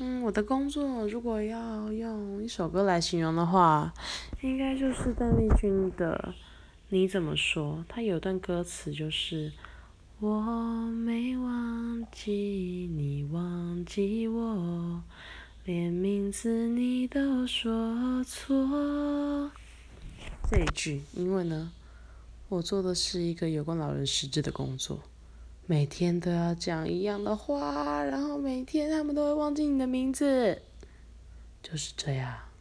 我的工作如果要用一首歌来形容的话，应该就是邓丽君的《你怎么说》。它有段歌词就是"我没忘记你忘记我，连名字你都说错"。这一句，因为呢，我做的是一个有关老人失智的工作。每天都要讲一样的话，然后每天他们都会忘记你的名字，就是这样。